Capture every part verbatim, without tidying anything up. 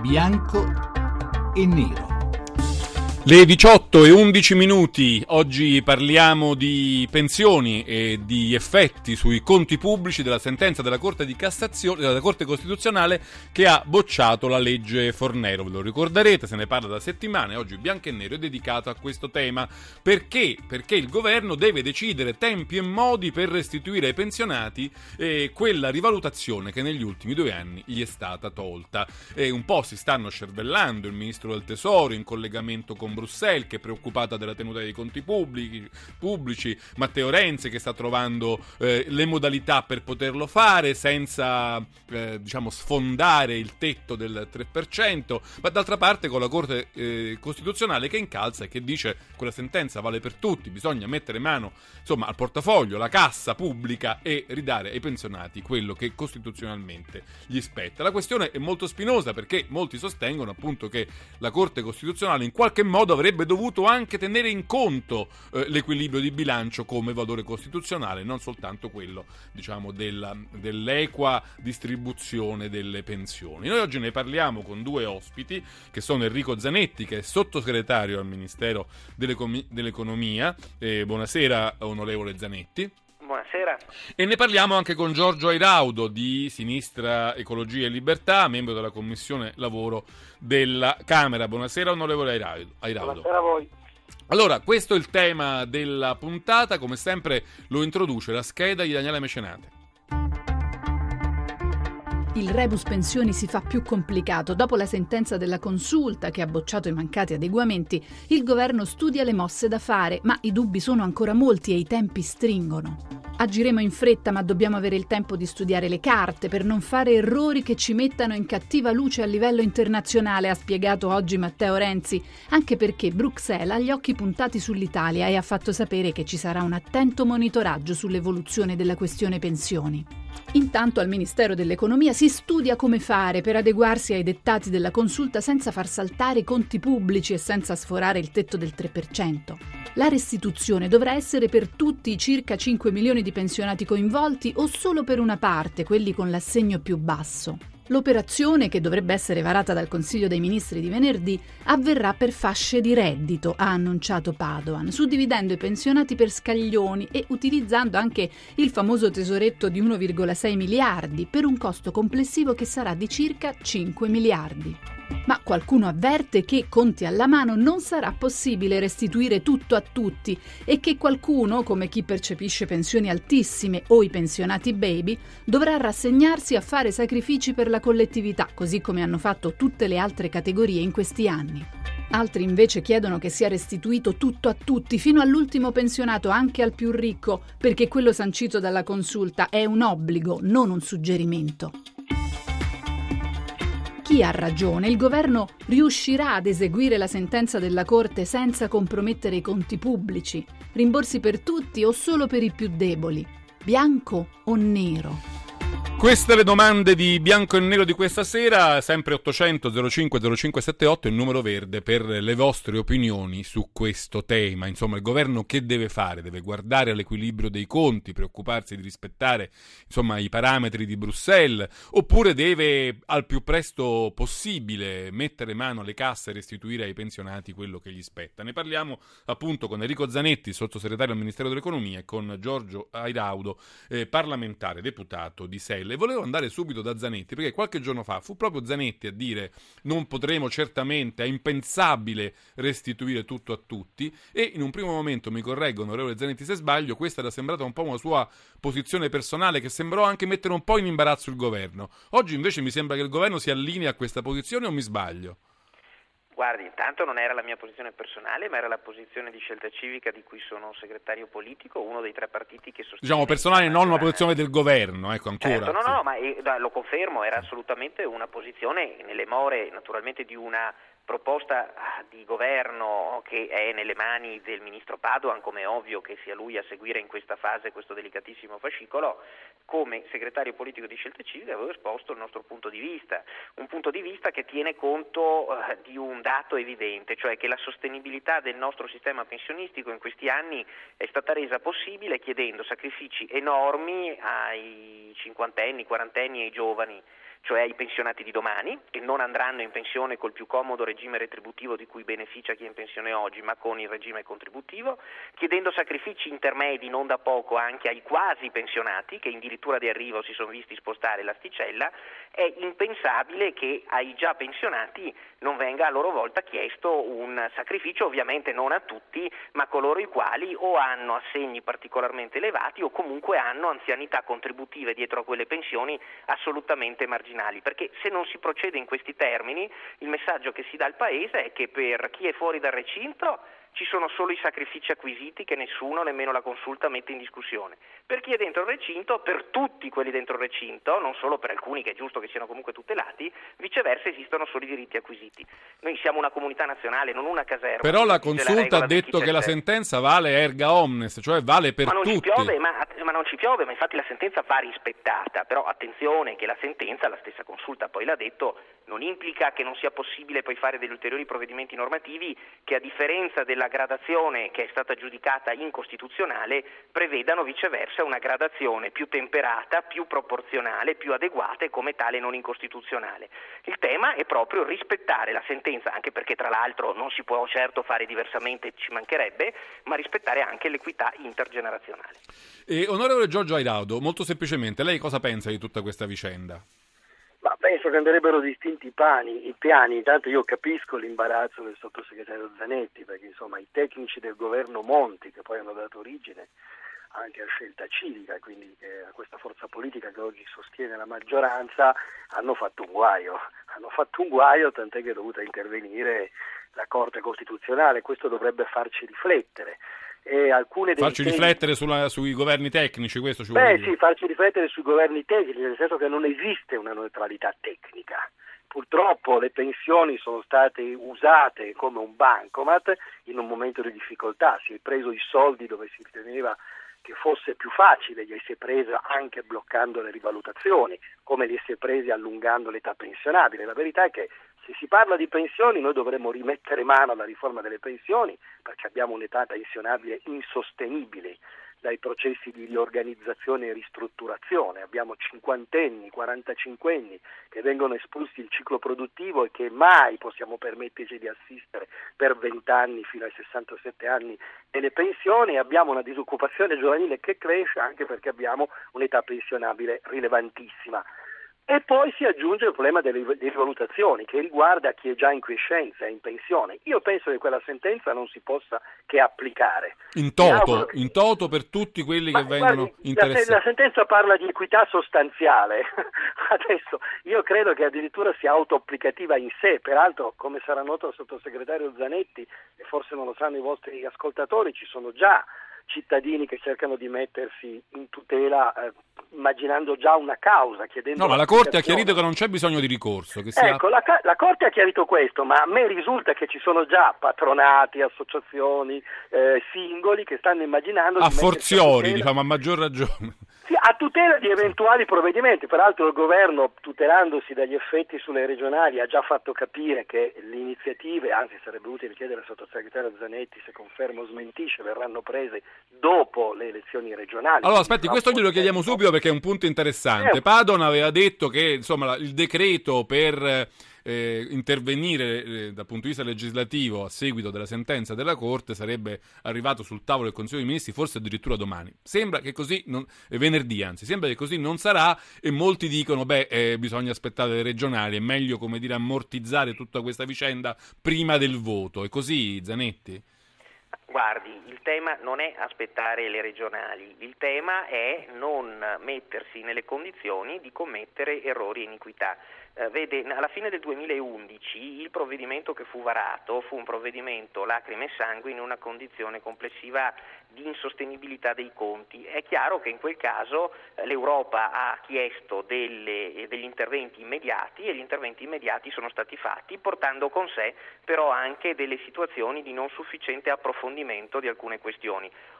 bianco e nero. Le diciotto e undici minuti, oggi parliamo di pensioni e di effetti sui conti pubblici della sentenza della Corte di Cassazione, della Corte Costituzionale che ha bocciato la legge Fornero. Ve lo ricorderete, se ne parla da settimane, oggi Bianco e Nero è dedicato a questo tema. Perché? Perché il governo deve decidere tempi e modi per restituire ai pensionati eh, quella rivalutazione che negli ultimi due anni gli è stata tolta. E un po' si stanno scervellando il Ministro del Tesoro in collegamento con Bruxelles, che è preoccupata della tenuta dei conti pubblici, pubblici Matteo Renzi che sta trovando eh, le modalità per poterlo fare senza eh, diciamo sfondare il tetto del tre per cento, ma d'altra parte con la Corte eh, Costituzionale che incalza e che dice quella sentenza vale per tutti, bisogna mettere mano insomma al portafoglio, alla cassa pubblica e ridare ai pensionati quello che costituzionalmente gli spetta. La questione è molto spinosa perché molti sostengono appunto che la Corte Costituzionale in qualche modo avrebbe dovuto anche tenere in conto eh, l'equilibrio di bilancio come valore costituzionale, non soltanto quello, diciamo, della, dell'equa distribuzione delle pensioni. Noi oggi ne parliamo con due ospiti, che sono Enrico Zanetti, che è sottosegretario al Ministero dell'Ecom- dell'Economia. Eh, buonasera, onorevole Zanetti. Buonasera. E ne parliamo anche con Giorgio Airaudo di Sinistra Ecologia e Libertà, membro della Commissione Lavoro della Camera. Buonasera onorevole Airaudo. Buonasera a voi. Allora, questo è il tema della puntata, come sempre lo introduce la scheda di Daniele Mecenate. Il rebus pensioni si fa più complicato. Dopo la sentenza della Consulta che ha bocciato i mancati adeguamenti, il governo studia le mosse da fare, ma i dubbi sono ancora molti e i tempi stringono. Agiremo in fretta, ma dobbiamo avere il tempo di studiare le carte per non fare errori che ci mettano in cattiva luce a livello internazionale, ha spiegato oggi Matteo Renzi, anche perché Bruxelles ha gli occhi puntati sull'Italia e ha fatto sapere che ci sarà un attento monitoraggio sull'evoluzione della questione pensioni. Intanto al Ministero dell'Economia si studia come fare per adeguarsi ai dettati della Consulta senza far saltare i conti pubblici e senza sforare il tetto del tre per cento. La restituzione dovrà essere per tutti i circa cinque milioni di pensionati coinvolti o solo per una parte, quelli con l'assegno più basso? L'operazione, che dovrebbe essere varata dal Consiglio dei Ministri di venerdì, avverrà per fasce di reddito, ha annunciato Padoan, suddividendo i pensionati per scaglioni e utilizzando anche il famoso tesoretto di uno virgola sei miliardi, per un costo complessivo che sarà di circa cinque miliardi. Ma qualcuno avverte che, conti alla mano, non sarà possibile restituire tutto a tutti e che qualcuno, come chi percepisce pensioni altissime o i pensionati baby, dovrà rassegnarsi a fare sacrifici per la collettività, così come hanno fatto tutte le altre categorie in questi anni. Altri invece chiedono che sia restituito tutto a tutti, fino all'ultimo pensionato, anche al più ricco, perché quello sancito dalla Consulta è un obbligo, non un suggerimento. Chi ha ragione? Il governo riuscirà ad eseguire la sentenza della Corte senza compromettere i conti pubblici? Rimborsi per tutti o solo per i più deboli? Bianco o nero? Queste le domande di Bianco e Nero di questa sera, sempre ottocento zero cinque zero cinque sette otto, il numero verde per le vostre opinioni su questo tema. Insomma, il governo che deve fare? Deve guardare all'equilibrio dei conti, preoccuparsi di rispettare insomma i parametri di Bruxelles, oppure deve al più presto possibile mettere mano alle casse e restituire ai pensionati quello che gli spetta? Ne parliamo appunto con Enrico Zanetti, sottosegretario al Ministero dell'Economia, e con Giorgio Airaudo, eh, parlamentare, deputato di Sella. E volevo andare subito da Zanetti, perché qualche giorno fa fu proprio Zanetti a dire non potremo certamente, è impensabile restituire tutto a tutti, e in un primo momento, mi correggo onorevole Zanetti se sbaglio, questa era sembrata un po' una sua posizione personale che sembrò anche mettere un po' in imbarazzo il governo. Oggi invece mi sembra che il governo si allinei a questa posizione, o mi sbaglio? Guardi, intanto non era la mia posizione personale, ma era la posizione di Scelta Civica di cui sono segretario politico, uno dei tre partiti che sostiene... Diciamo personale, non una posizione del governo, ecco ancora. Certo, no, no, no, ma eh, lo confermo, era assolutamente una posizione nelle more naturalmente di una proposta di governo che è nelle mani del ministro Padoan, come è ovvio che sia lui a seguire in questa fase questo delicatissimo fascicolo. Come segretario politico di Scelta Civica avevo esposto il nostro punto di vista, un punto di vista che tiene conto eh, di un dato evidente, cioè che la sostenibilità del nostro sistema pensionistico in questi anni è stata resa possibile chiedendo sacrifici enormi ai cinquantenni, quarantenni e ai giovani, cioè ai pensionati di domani, che non andranno in pensione col più comodo regime retributivo di cui beneficia chi è in pensione oggi, ma con il regime contributivo, chiedendo sacrifici intermedi non da poco anche ai quasi pensionati, che addirittura di arrivo si sono visti spostare l'asticella. È impensabile che ai già pensionati non venga a loro volta chiesto un sacrificio, ovviamente non a tutti, ma a coloro i quali o hanno assegni particolarmente elevati o comunque hanno anzianità contributive dietro a quelle pensioni assolutamente marginali, perché se non si procede in questi termini il messaggio che si dà al Paese è che per chi è fuori dal recinto ci sono solo i sacrifici acquisiti che nessuno, nemmeno la consulta, mette in discussione. Per chi è dentro il recinto, per tutti quelli dentro il recinto, non solo per alcuni che è giusto che siano comunque tutelati, viceversa esistono solo i diritti acquisiti. Noi siamo una comunità nazionale, non una caserma. Però la consulta ha detto che la sentenza vale erga omnes, cioè vale per ma non tutti. Ci piove, ma, ma non ci piove, ma infatti la sentenza va rispettata. Però attenzione che la sentenza, la stessa consulta poi l'ha detto, non implica che non sia possibile poi fare degli ulteriori provvedimenti normativi che, a differenza della gradazione che è stata giudicata incostituzionale, prevedano viceversa una gradazione più temperata, più proporzionale, più adeguata e come tale non incostituzionale. Il tema è proprio rispettare la sentenza, anche perché tra l'altro non si può certo fare diversamente, ci mancherebbe, ma rispettare anche l'equità intergenerazionale. E onorevole Giorgio Airaudo, molto semplicemente, lei cosa pensa di tutta questa vicenda? Ma penso che andrebbero distinti i, pani, i piani. Intanto io capisco l'imbarazzo del sottosegretario Zanetti, perché insomma i tecnici del governo Monti, che poi hanno dato origine anche a Scelta Civica, quindi a questa forza politica che oggi sostiene la maggioranza, hanno fatto un guaio. Hanno fatto un guaio, tant'è che è dovuta intervenire la Corte Costituzionale. Questo dovrebbe farci riflettere. E alcune dei farci temi... riflettere sulla, sui governi tecnici, questo ci Beh vuole sì, farci riflettere sui governi tecnici, nel senso che non esiste una neutralità tecnica. Purtroppo le pensioni sono state usate come un bancomat in un momento di difficoltà, si è preso i soldi dove si riteneva che fosse più facile, li si è presi anche bloccando le rivalutazioni, come li si è presi allungando l'età pensionabile. La verità è che se si parla di pensioni noi dovremmo rimettere mano alla riforma delle pensioni, perché abbiamo un'età pensionabile insostenibile dai processi di riorganizzazione e ristrutturazione. Abbiamo cinquantenni, quarantacinquenni che vengono espulsi il ciclo produttivo e che mai possiamo permetterci di assistere per vent'anni fino ai sessantasette anni nelle pensioni. Abbiamo una disoccupazione giovanile che cresce anche perché abbiamo un'età pensionabile rilevantissima. E poi si aggiunge il problema delle rivalutazioni, che riguarda chi è già in quiescenza, è in pensione. Io penso che quella sentenza non si possa che applicare. In toto, che... in toto per tutti quelli Ma, che vengono guardi, interessati. La, la sentenza parla di equità sostanziale. Adesso io credo che addirittura sia autoapplicativa in sé. Peraltro, come sarà noto al sottosegretario Zanetti, e forse non lo sanno i vostri ascoltatori, ci sono già cittadini che cercano di mettersi in tutela eh, immaginando già una causa, chiedendo... No, ma la Corte ha chiarito che non c'è bisogno di ricorso. Che sia... Ecco, la, la Corte ha chiarito questo, ma a me risulta che ci sono già patronati, associazioni, eh, singoli che stanno immaginando... A di forziori, a diciamo, a maggior ragione. Sì, a tutela di eventuali provvedimenti. Peraltro il governo, tutelandosi dagli effetti sulle regionali, ha già fatto capire che le iniziative, anzi sarebbe utile chiedere al sottosegretario Zanetti se conferma o smentisce, verranno prese dopo le elezioni regionali. Allora aspetti, questo glielo chiediamo subito perché è un punto interessante. Padoan aveva detto che insomma il decreto per eh, intervenire eh, dal punto di vista legislativo a seguito della sentenza della Corte sarebbe arrivato sul tavolo del Consiglio dei Ministri forse addirittura domani. Sembra che così, non, eh, venerdì anzi, sembra che così non sarà e molti dicono beh eh, bisogna aspettare le regionali, è meglio come dire ammortizzare tutta questa vicenda prima del voto. È così, Zanetti? Guardi, il tema non è aspettare le regionali, il tema è non mettersi nelle condizioni di commettere errori e iniquità. Eh, vede, alla fine del duemilaundici il provvedimento che fu varato fu un provvedimento lacrime e sangue in una condizione complessiva di insostenibilità dei conti. È chiaro che in quel caso eh, l'Europa ha chiesto delle, degli interventi immediati e gli interventi immediati sono stati fatti, portando con sé però anche delle situazioni di non sufficiente approfondimento di alcune questioni.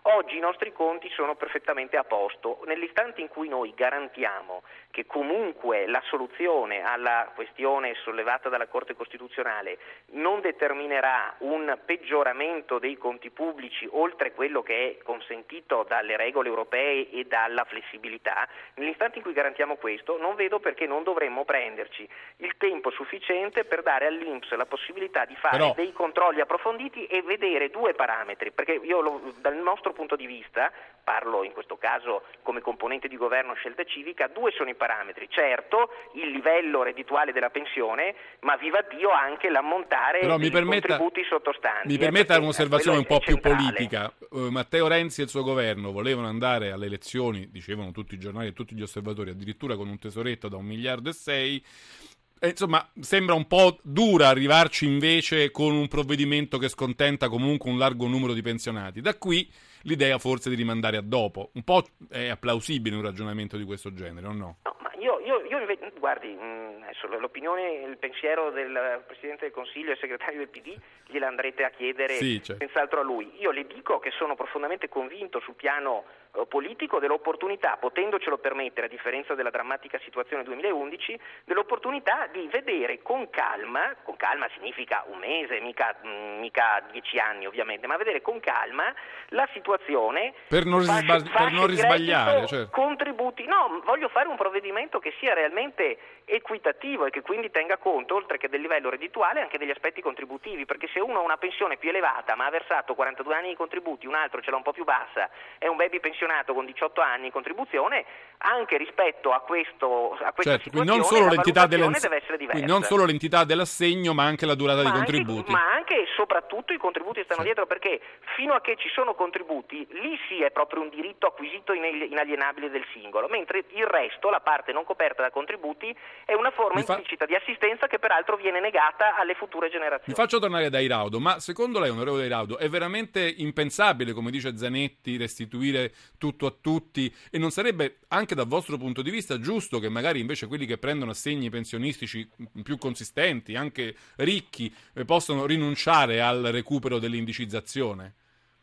Oggi i nostri conti sono perfettamente a posto. Nell'istante in cui noi garantiamo che comunque la soluzione alla questione sollevata dalla Corte Costituzionale non determinerà un peggioramento dei conti pubblici oltre quello che è consentito dalle regole europee e dalla flessibilità, nell'istante in cui garantiamo questo, non vedo perché non dovremmo prenderci il tempo sufficiente per dare all'I N P S la possibilità di fare Però... dei controlli approfonditi e vedere due parametri, perché io lo, dal nostro punto di vista, parlo in questo caso come componente di governo Scelta Civica, due sono i parametri: certo il livello reddituale della pensione, ma viva Dio anche l'ammontare Però dei mi permetta, contributi sottostanti. mi eh, permetta un'osservazione un po' più centrale. politica. Uh, Matteo Renzi e il suo governo volevano andare alle elezioni, dicevano tutti i giornali e tutti gli osservatori, addirittura con un tesoretto da un miliardo e sei. E, insomma, sembra un po' dura arrivarci invece con un provvedimento che scontenta comunque un largo numero di pensionati. Da qui l'idea forse di rimandare a dopo. Un po' è applausibile un ragionamento di questo genere, o no? No, ma io, io, io invece, guardi, mh, adesso l'opinione, il pensiero del Presidente del Consiglio e segretario del P D gliela andrete a chiedere sì, certo. senz'altro a lui. Io le dico che sono profondamente convinto sul piano eh, politico dell'opportunità, potendocelo permettere a differenza della drammatica situazione duemilaundici, dell'opportunità di vedere con calma, con calma significa un mese, mica, mh, mica dieci anni ovviamente, ma vedere con calma la situazione per non, fasce, risba- fasce per non risbagliare, reddito, certo. contributi. No, voglio fare un provvedimento che sia realmente equitativo e che quindi tenga conto, oltre che del livello reddituale, anche degli aspetti contributivi, perché se uno ha una pensione più elevata ma ha versato quarantadue anni di contributi, un altro ce l'ha un po' più bassa, è un baby pensionato con diciotto anni di contribuzione, anche rispetto a questo a questa certo, situazione non solo la l'entità valutazione deve essere diversa. Quindi non solo l'entità dell'assegno, ma anche la durata ma dei anche, contributi. ma anche e soprattutto i contributi stanno sì. dietro, perché fino a che ci sono contributi, lì sì è proprio un diritto acquisito inalienabile del singolo, mentre il resto, la parte non coperta da contributi, è una forma fa... implicita di assistenza che peraltro viene negata alle future generazioni. Mi faccio tornare da Iraudo, ma secondo lei, onorevole Iraudo, è veramente impensabile, come dice Zanetti, restituire tutto a tutti, e non sarebbe anche dal vostro punto di vista giusto che magari invece quelli che prendono assegni pensionistici più consistenti, anche ricchi, eh, possano rinunciare al recupero dell'indicizzazione?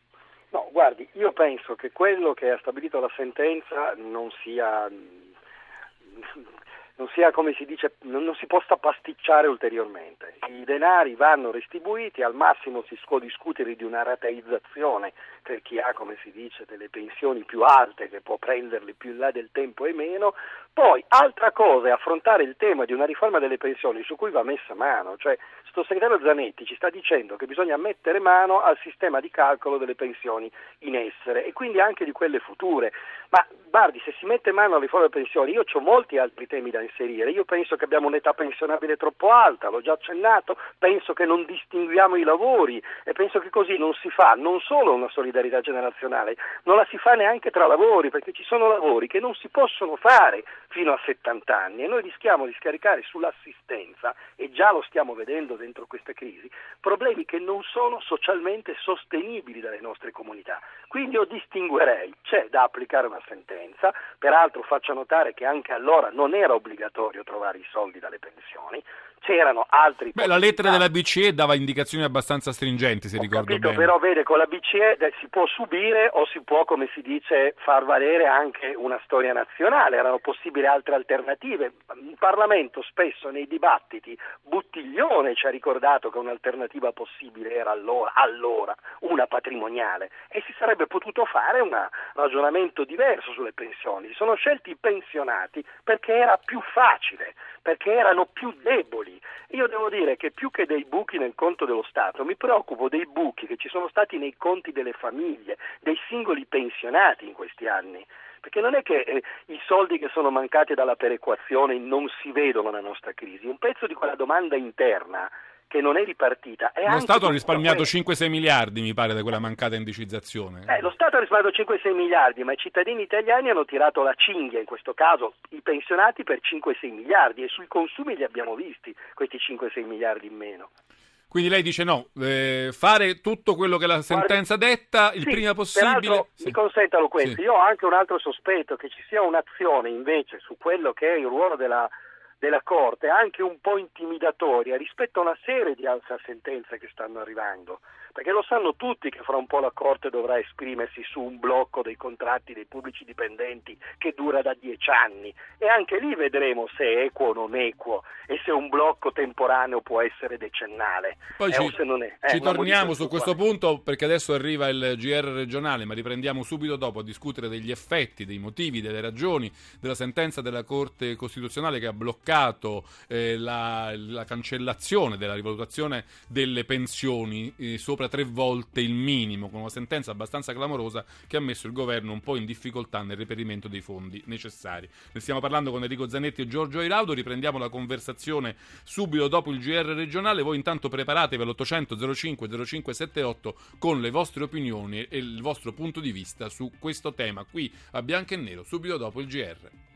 No, guardi, io penso che quello che ha stabilito la sentenza non sia, non sia come si dice, non, non si possa pasticciare ulteriormente. I denari vanno restituiti, al massimo si può discutere di una rateizzazione per chi ha, come si dice, delle pensioni più alte, che può prenderle più in là del tempo e meno. Poi, altra cosa è affrontare il tema di una riforma delle pensioni su cui va messa mano, cioè il sottosegretario Zanetti ci sta dicendo che bisogna mettere mano al sistema di calcolo delle pensioni in essere e quindi anche di quelle future. Ma guardi, se si mette mano alla riforma delle pensioni, io ho molti altri temi da inserire. Io penso che abbiamo un'età pensionabile troppo alta, l'ho già accennato, penso che non distinguiamo i lavori e penso che così non si fa non solo una solidarietà generazionale, non la si fa neanche tra lavori, perché ci sono lavori che non si possono fare fino a settanta anni e noi rischiamo di scaricare sull'assistenza, e già lo stiamo vedendo dentro questa crisi, problemi che non sono socialmente sostenibili dalle nostre comunità. Quindi io distinguerei, c'è da applicare una sentenza, peraltro faccio notare che anche allora non era obbligatorio trovare i soldi dalle pensioni, c'erano altri... Beh, la lettera della B C E dava indicazioni abbastanza stringenti, se Ho ricordo capito, bene. Però vede, con la B C E si può subire o si può, come si dice, far valere anche una storia nazionale, erano possibili altre alternative. Il Parlamento spesso nei dibattiti Buttiglione ci ha ricordato che un'alternativa possibile era allora, allora una patrimoniale, e si sarebbe potuto fare un ragionamento diverso sulle pensioni. Si sono scelti i pensionati perché era più facile, perché erano più deboli. Io devo dire che più che dei buchi nel conto dello Stato mi preoccupo dei buchi che ci sono stati nei conti delle famiglie, dei singoli pensionati in questi anni, perché non è che eh, i soldi che sono mancati dalla perequazione non si vedono nella nostra crisi, un pezzo di quella domanda interna che non è ripartita. È lo anche Stato ha risparmiato questo. cinque sei miliardi, mi pare, da quella mancata indicizzazione. Eh, lo Stato ha risparmiato cinque sei miliardi, ma i cittadini italiani hanno tirato la cinghia, in questo caso i pensionati, per cinque sei miliardi, e sui consumi li abbiamo visti, questi cinque sei miliardi in meno. Quindi lei dice no, eh, fare tutto quello che la sentenza Guardi, detta il sì, prima possibile. Peraltro, Sì. mi consentano questo, Sì. io ho anche un altro sospetto, che ci sia un'azione invece su quello che è il ruolo della, della Corte, anche un po' intimidatoria rispetto a una serie di altre sentenze che stanno arrivando. perché lo sanno tutti che fra un po' la Corte dovrà esprimersi su un blocco dei contratti dei pubblici dipendenti che dura da dieci anni, e anche lì vedremo se è equo o non equo e se un blocco temporaneo può essere decennale. Poi eh, ci, o se non è, eh, ci una torniamo su modifica questo uguale. punto, perché adesso arriva il G R regionale, ma riprendiamo subito dopo a discutere degli effetti, dei motivi, delle ragioni della sentenza della Corte Costituzionale che ha bloccato eh, la, la cancellazione della rivalutazione delle pensioni eh, sopra tre volte il minimo, con una sentenza abbastanza clamorosa che ha messo il governo un po' in difficoltà nel reperimento dei fondi necessari. Ne stiamo parlando con Enrico Zanetti e Giorgio Airaudo. Riprendiamo la conversazione subito dopo il G R regionale. Voi intanto preparatevi all'ottocento zero cinque zero cinque settantotto con le vostre opinioni e il vostro punto di vista su questo tema qui a Bianco e Nero, subito dopo il G R.